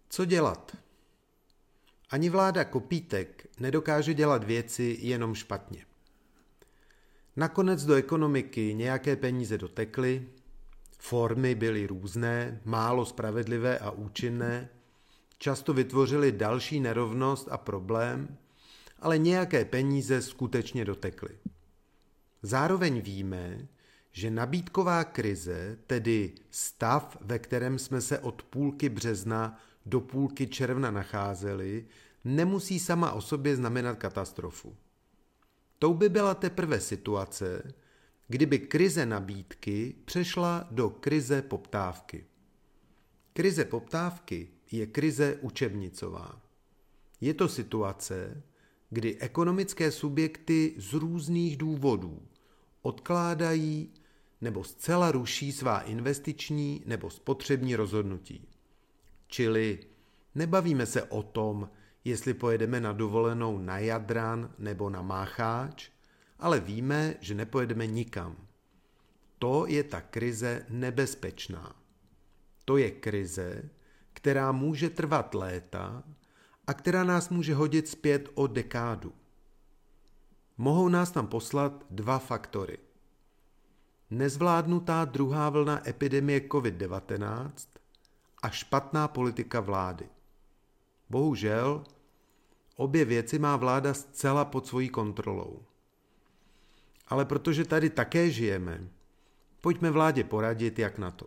Co dělat? Ani vláda kopítek nedokáže dělat věci jenom špatně. Nakonec do ekonomiky nějaké peníze dotekly, formy byly různé, málo spravedlivé a účinné, často vytvořily další nerovnost a problém, ale nějaké peníze skutečně dotekly. Zároveň víme, že nabídková krize, tedy stav, ve kterém jsme se od půlky března do půlky června nacházeli, nemusí sama o sobě znamenat katastrofu. Tou by byla teprve situace, kdyby krize nabídky přešla do krize poptávky. Krize poptávky je krize učebnicová. Je to situace, kdy ekonomické subjekty z různých důvodů odkládají nebo zcela ruší svá investiční nebo spotřební rozhodnutí. Čili nebavíme se o tom, jestli pojedeme na dovolenou na Jadran nebo na Mácháč, ale víme, že nepojedeme nikam. To je ta krize nebezpečná. To je krize, která může trvat léta a která nás může hodit zpět o dekádu. Mohou nás tam poslat dva faktory. Nezvládnutá druhá vlna epidemie COVID-19 a špatná politika vlády. Bohužel, obě věci má vláda zcela pod svojí kontrolou. Ale protože tady také žijeme, pojďme vládě poradit, jak na to.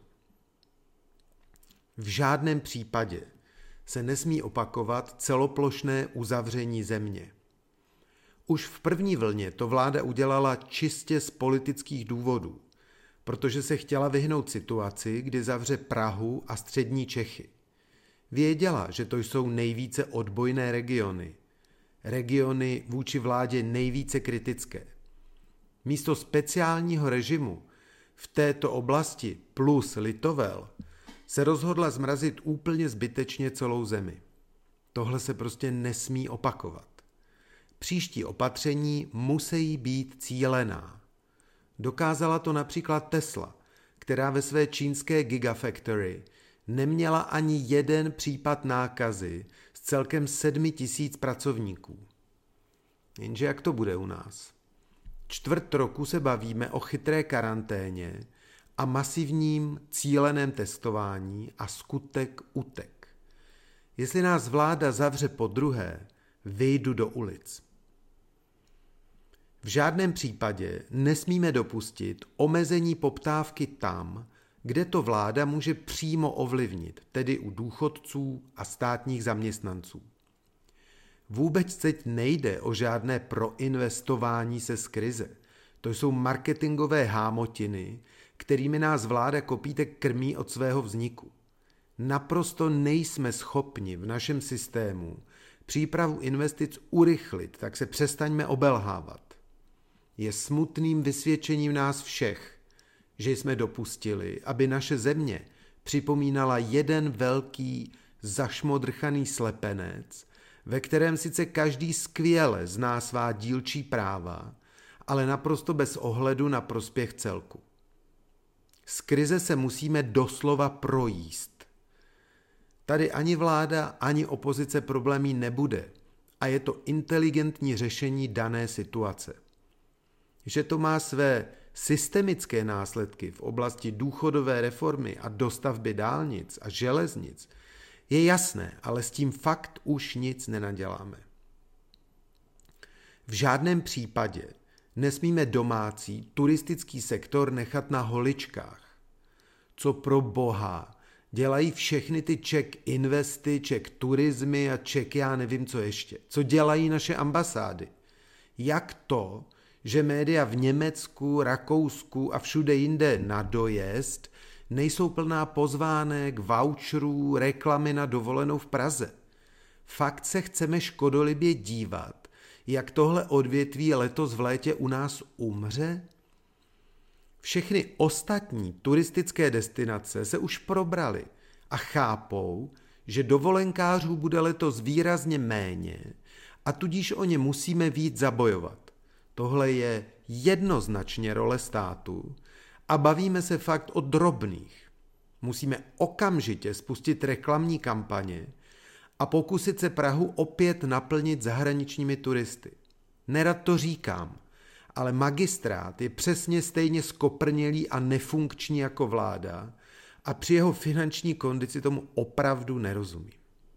V žádném případě se nesmí opakovat celoplošné uzavření země. Už v první vlně to vláda udělala čistě z politických důvodů, protože se chtěla vyhnout situaci, kdy zavře Prahu a střední Čechy. Věděla, že to jsou nejvíce odbojné regiony. Regiony vůči vládě nejvíce kritické. Místo speciálního režimu v této oblasti plus Litovel se rozhodla zmrazit úplně zbytečně celou zemi. Tohle se prostě nesmí opakovat. Příští opatření musí být cílená. Dokázala to například Tesla, která ve své čínské Gigafactory neměla ani jeden případ nákazy z celkem 7 000 pracovníků. Jenže jak to bude u nás? Čtvrt roku se bavíme o chytré karanténě a masivním cíleném testování a skutek utek. Jestli nás vláda zavře podruhé, vyjdu do ulic. V žádném případě nesmíme dopustit omezení poptávky tam, kde to vláda může přímo ovlivnit, tedy u důchodců a státních zaměstnanců. Vůbec teď nejde o žádné proinvestování se z krize. To jsou marketingové hámotiny, kterými nás vláda kopítek krmí od svého vzniku. Naprosto nejsme schopni v našem systému přípravu investic urychlit, tak se přestaňme obelhávat. Je smutným vysvědčením nás všech, že jsme dopustili, aby naše země připomínala jeden velký zašmodrchaný slepenec, ve kterém sice každý skvěle zná svá dílčí práva, ale naprosto bez ohledu na prospěch celku. Z krize se musíme doslova projíst. Tady ani vláda, ani opozice problémů nebude a je to inteligentní řešení dané situace. Že to má své systemické následky v oblasti důchodové reformy a dostavby dálnic a železnic, je jasné, ale s tím fakt už nic nenaděláme. V žádném případě nesmíme domácí turistický sektor nechat na holičkách. Co pro boha dělají všechny ty Czech investy, Czech turismy a Czech já nevím co ještě. Co dělají naše ambasády? Jak to, že média v Německu, Rakousku a všude jinde na dojezd nejsou plná pozvánek, voucherů, reklamy na dovolenou v Praze? Fakt se chceme škodolibě dívat, jak tohle odvětví letos v létě u nás umře? Všechny ostatní turistické destinace se už probraly a chápou, že dovolenkářů bude letos výrazně méně a tudíž o ně musíme víc zabojovat. Tohle je jednoznačně role státu a bavíme se fakt o drobných. Musíme okamžitě spustit reklamní kampaně, a pokusit se Prahu opět naplnit zahraničními turisty. Nerad to říkám, ale magistrát je přesně stejně skoprnělý a nefunkční jako vláda a při jeho finanční kondici tomu opravdu nerozumím.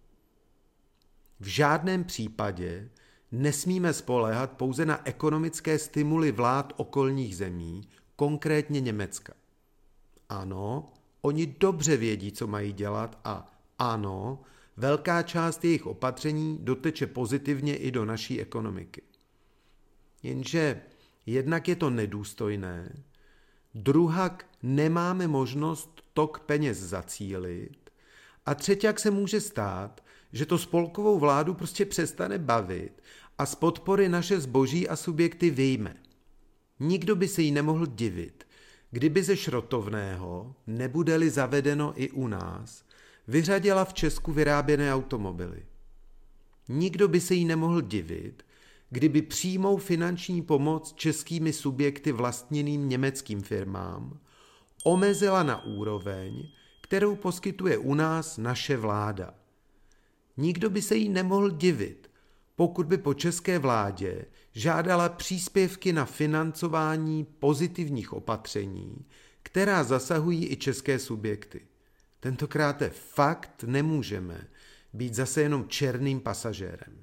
V žádném případě nesmíme spoléhat pouze na ekonomické stimuly vlád okolních zemí, konkrétně Německa. Ano, oni dobře vědí, co mají dělat a ano, velká část jejich opatření doteče pozitivně i do naší ekonomiky. Jenže jednak je to nedůstojné, druhak nemáme možnost tok peněz zacílit a třeťak se může stát, že to spolkovou vládu prostě přestane bavit a z podpory naše zboží a subjekty vyjme. Nikdo by se jí nemohl divit, kdyby ze šrotovného, nebude-li zavedeno i u nás, vyřadila v Česku vyráběné automobily. Nikdo by se jí nemohl divit, kdyby přímou finanční pomoc českými subjekty vlastněným německým firmám omezila na úroveň, kterou poskytuje u nás naše vláda. Nikdo by se jí nemohl divit, pokud by po české vládě žádala příspěvky na financování pozitivních opatření, která zasahují i české subjekty. Tentokrát fakt nemůžeme být zase jenom černým pasažérem.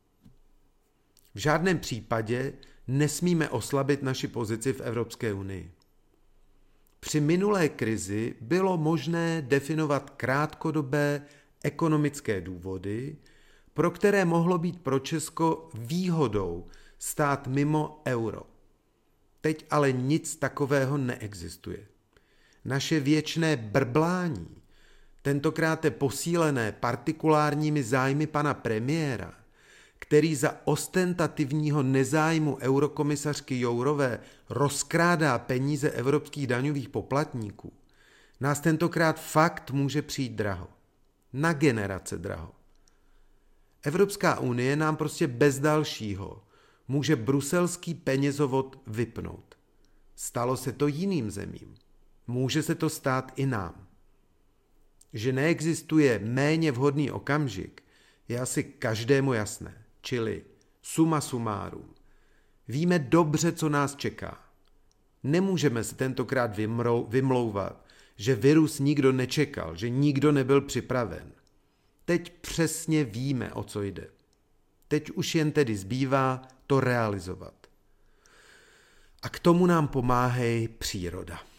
V žádném případě nesmíme oslabit naši pozici v Evropské unii. Při minulé krizi bylo možné definovat krátkodobé ekonomické důvody, pro které mohlo být pro Česko výhodou stát mimo euro. Teď ale nic takového neexistuje. Naše věčné brblání, tentokrát posílené partikulárními zájmy pana premiéra, který za ostentativního nezájmu eurokomisařky Jourové rozkrádá peníze evropských daňových poplatníků, nás tentokrát fakt může přijít draho. Na generace draho. Evropská unie nám prostě bez dalšího může bruselský penězovod vypnout. Stalo se to jiným zemím. Může se to stát i nám. Že neexistuje méně vhodný okamžik, je asi každému jasné. Čili suma sumárum. Víme dobře, co nás čeká. Nemůžeme se tentokrát vymlouvat, že virus nikdo nečekal, že nikdo nebyl připraven. Teď přesně víme, o co jde. Teď už jen tedy zbývá to realizovat. A k tomu nám pomáhej příroda.